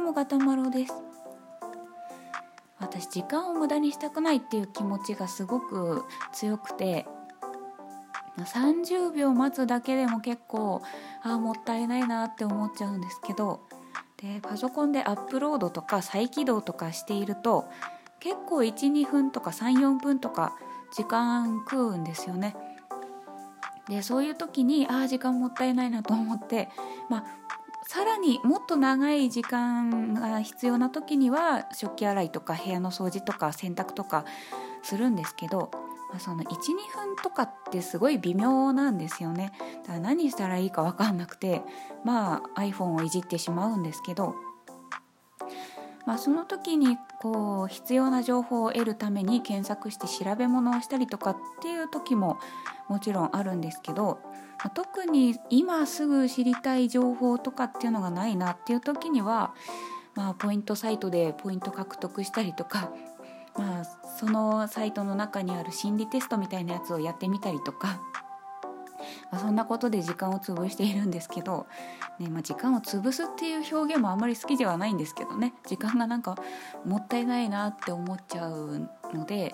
もガタマロです。私時間を無駄にしたくないっていう気持ちがすごく強くて、30秒待つだけでも結構もったいないなって思っちゃうんですけど、でパソコンでアップロードとか再起動とかしていると結構 1,2 分とか 3,4 分とか時間食うんですよね。でそういう時に時間もったいないなと思って、さらにもっと長い時間が必要な時には食器洗いとか部屋の掃除とか洗濯とかするんですけど、その 1,2 分とかってすごい微妙なんですよね。だから何したらいいか分かんなくて、iPhone をいじってしまうんですけど、その時に必要な情報を得るために検索して調べ物をしたりとかっていう時ももちろんあるんですけど、特に今すぐ知りたい情報とかっていうのがないなっていう時には、ポイントサイトでポイント獲得したりとか、そのサイトの中にある心理テストみたいなやつをやってみたりとか、そんなことで時間を潰しているんですけど、時間を潰すっていう表現もあんまり好きではないんですけどね、時間がなんかもったいないなって思っちゃうので、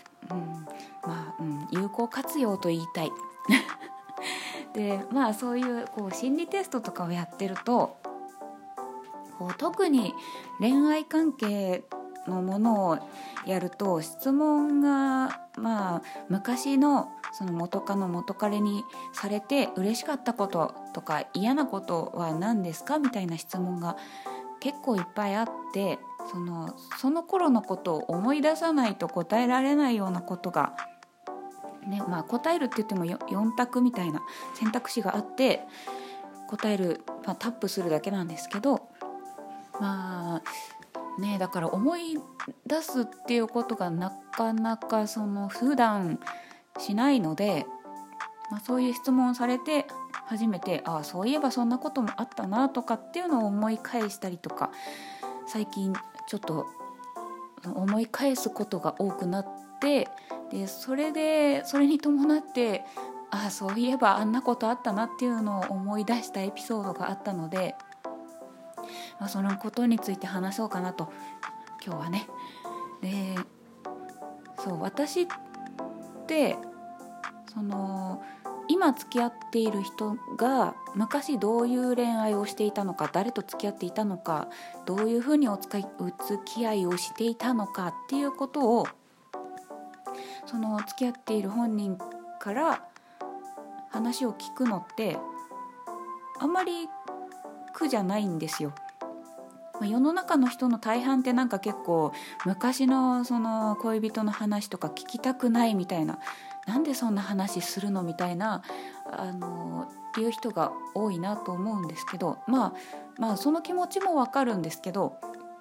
有効活用と言いたいでそういう、心理テストとかをやってると、特に恋愛関係のものをやると質問が昔のその元カノ元彼にされて嬉しかったこととか嫌なことは何ですかみたいな質問が結構いっぱいあって、その頃のことを思い出さないと答えられないようなことが、答えるって言っても4択みたいな選択肢があって答える、タップするだけなんですけど、だから思い出すっていうことがなかなか普段しないので、そういう質問をされて初めてそういえばそんなこともあったなとかっていうのを思い返したりとか、最近ちょっと思い返すことが多くなって、でそれに伴ってそういえばあんなことあったなっていうのを思い出したエピソードがあったので、そのことについて話そうかなと今日はね。で私って今付き合っている人が昔どういう恋愛をしていたのか、誰と付き合っていたのか、どういうふうにお付き合いをしていたのかっていうことを付き合っている本人から話を聞くのってあんまり苦じゃないんですよ。世の中の人の大半って結構昔の恋人の話とか聞きたくないみたいな、なんでそんな話するのみたいないう人が多いなと思うんですけど、その気持ちもわかるんですけど、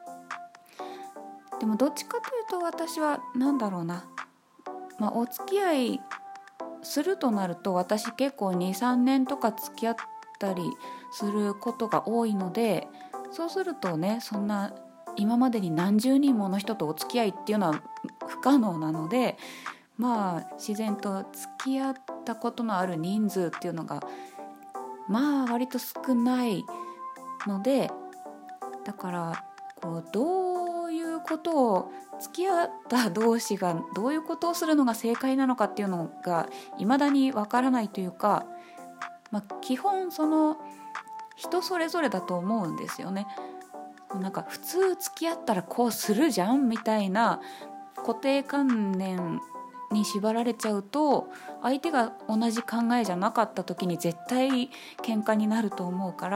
でもどっちかというと私はお付き合いするとなると私結構 2,3 年とか付き合ったりすることが多いので、そうするとね、そんな今までに何十人もの人とお付き合いっていうのは不可能なので、自然と付き合ったことのある人数っていうのが割と少ないので、だからどういうことを付き合った同士がどういうことをするのが正解なのかっていうのが未だにわからないというか、基本人それぞれだと思うんですよね。普通付き合ったらこうするじゃんみたいな固定観念に縛られちゃうと、相手が同じ考えじゃなかった時に絶対喧嘩になると思うから、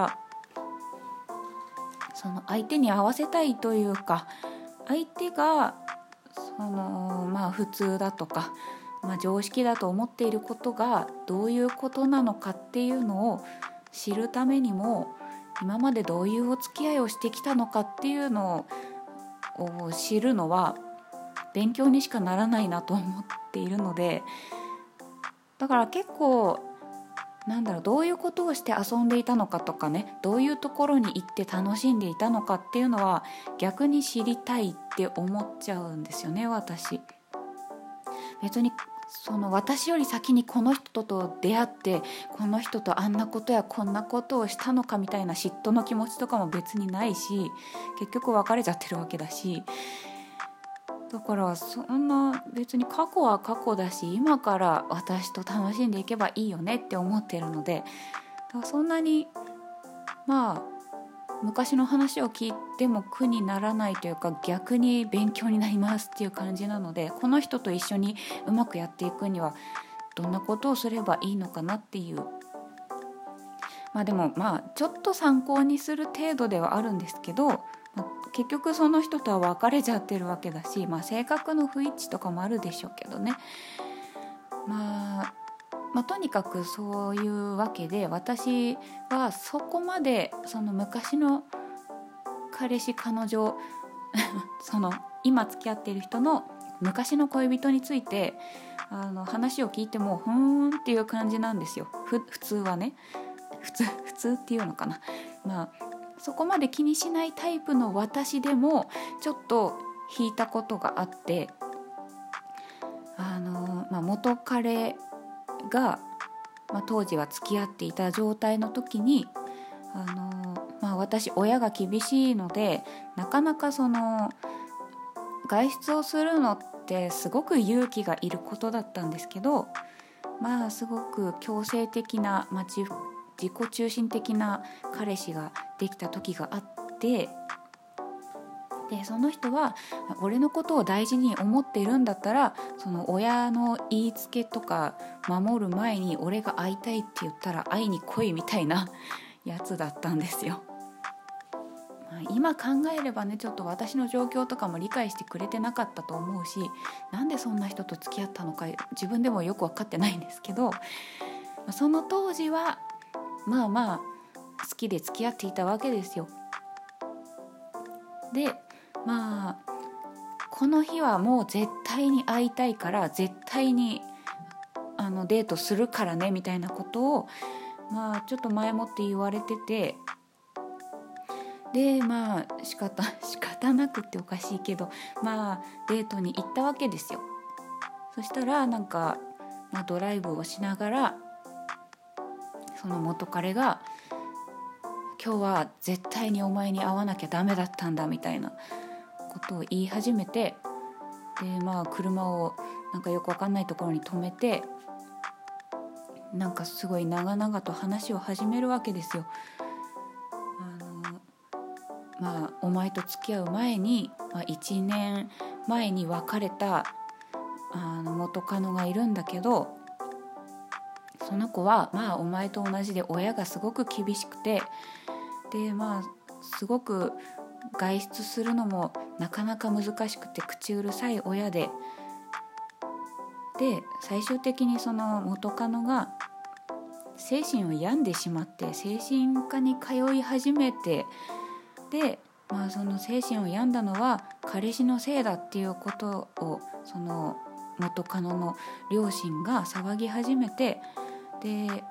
相手に合わせたいというか、相手が普通だとか、常識だと思っていることがどういうことなのかっていうのを知るためにも、今までどういうお付き合いをしてきたのかっていうのを知るのは勉強にしかならないなと思っているので、だから結構どういうことをして遊んでいたのかとかね、どういうところに行って楽しんでいたのかっていうのは逆に知りたいって思っちゃうんですよね。私別にその私より先にこの人と出会ってこの人とあんなことやこんなことをしたのかみたいな嫉妬の気持ちとかも別にないし、結局別れちゃってるわけだし、だからそんな別に過去は過去だし、今から私と楽しんでいけばいいよねって思ってるので、だからそんなに昔の話を聞いても苦にならないというか、逆に勉強になりますっていう感じなので、この人と一緒にうまくやっていくにはどんなことをすればいいのかなっていう、でもちょっと参考にする程度ではあるんですけど、結局その人とは別れちゃってるわけだし、性格の不一致とかもあるでしょうけどね。とにかくそういうわけで、私はそこまでその昔の彼氏彼女その今付き合っている人の昔の恋人について話を聞いてもふーんっていう感じなんですよ。普通はね、普通っていうのかな、そこまで気にしないタイプの私でもちょっと引いたことがあって、元彼が、当時は付き合っていた状態の時に私親が厳しいので、なかなかその外出をするのってすごく勇気がいることだったんですけど、すごく強制的な、自己中心的な彼氏ができた時があって、でその人は俺のことを大事に思っているんだったら、その親の言いつけとか守る前に俺が会いたいって言ったら会いに来いみたいなやつだったんですよ。今考えればね、ちょっと私の状況とかも理解してくれてなかったと思うし、なんでそんな人と付き合ったのか自分でもよく分かってないんですけど、その当時は好きで付き合っていたわけですよ。でこの日はもう絶対に会いたいから絶対にデートするからねみたいなことをちょっと前もって言われてて、で仕方なくっておかしいけどデートに行ったわけですよ。そしたらドライブをしながらその元彼が今日は絶対にお前に会わなきゃダメだったんだみたいなことを言い始めて、で車をよくわかんないところに止めてすごい長々と話を始めるわけですよ。お前と付き合う前に、1年前に別れた元カノがいるんだけど、その子はお前と同じで親がすごく厳しくて、ですごく外出するのもなかなか難しくて口うるさい親で、最終的にその元カノが精神を病んでしまって精神科に通い始めて、でその精神を病んだのは彼氏のせいだっていうことをその元カノの両親が騒ぎ始めて、で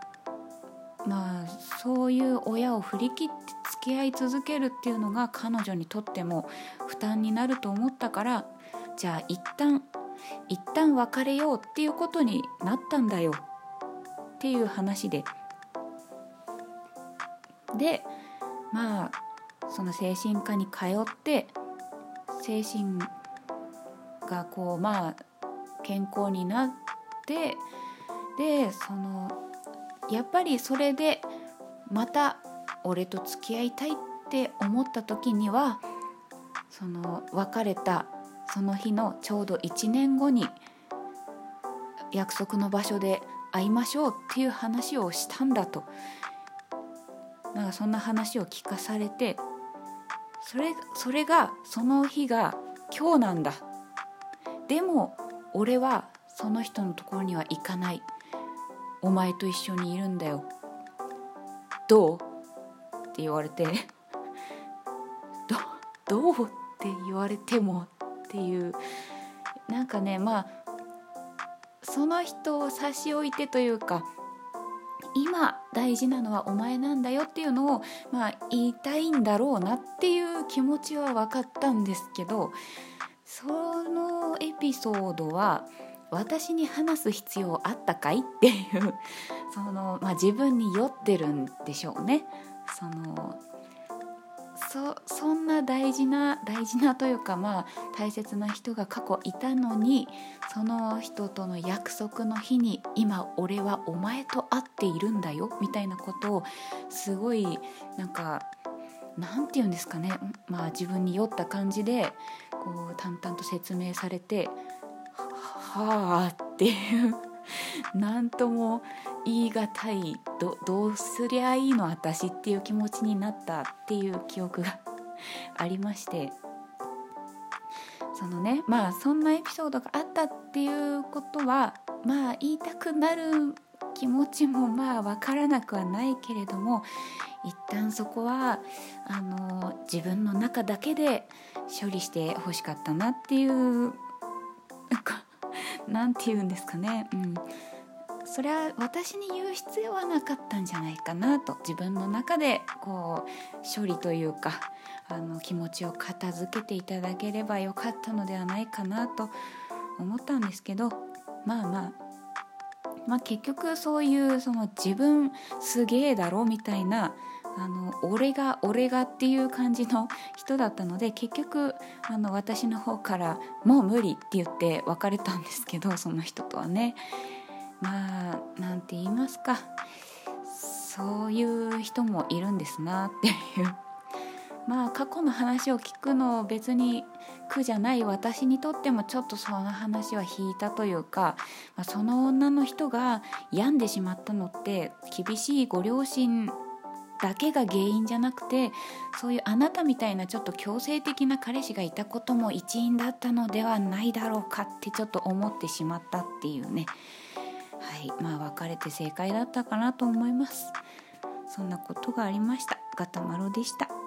そういう親を振り切って付き合い続けるっていうのが彼女にとっても負担になると思ったから、じゃあ一旦別れようっていうことになったんだよっていう話で、その精神科に通って精神が健康になって、でやっぱりそれでまた俺と付き合いたいって思った時には、その別れたその日のちょうど1年後に約束の場所で会いましょうっていう話をしたんだと、そんな話を聞かされて、それがその日が今日なんだ、でも俺はその人のところには行かない、お前と一緒にいるんだよ、どうって言われてどうって言われてもっていう、その人を差し置いてというか、今大事なのはお前なんだよっていうのを言いたいんだろうなっていう気持ちは分かったんですけど、そのエピソードは私に話す必要あったかいっていう自分に酔ってるんでしょうね。そんな大事なというか、大切な人が過去いたのに、その人との約束の日に今俺はお前と会っているんだよみたいなことをすごいなんていうんですかね、自分に酔った感じでこう淡々と説明されて、はあっていうなんとも言い難い、どうすりゃいいの私っていう気持ちになったっていう記憶がありまして、そんなエピソードがあったっていうことは言いたくなる気持ちもわからなくはないけれども、一旦そこは自分の中だけで処理してほしかったなっていうなんていうんですかね、それは私に言う必要はなかったんじゃないかなと、自分の中でこう処理というか気持ちを片付けていただければよかったのではないかなと思ったんですけど、結局そういう自分すげえだろみたいな俺がっていう感じの人だったので、結局私の方からもう無理って言って別れたんですけど、その人とはね、なんて言いますか、そういう人もいるんですなっていう過去の話を聞くの別に苦じゃない私にとってもちょっとその話は引いたというか、その女の人が病んでしまったのって厳しいご両親だけが原因じゃなくて、そういうあなたみたいなちょっと強制的な彼氏がいたことも一因だったのではないだろうかってちょっと思ってしまったっていうね。別れて正解だったかなと思います。そんなことがありました。ガタマロでした。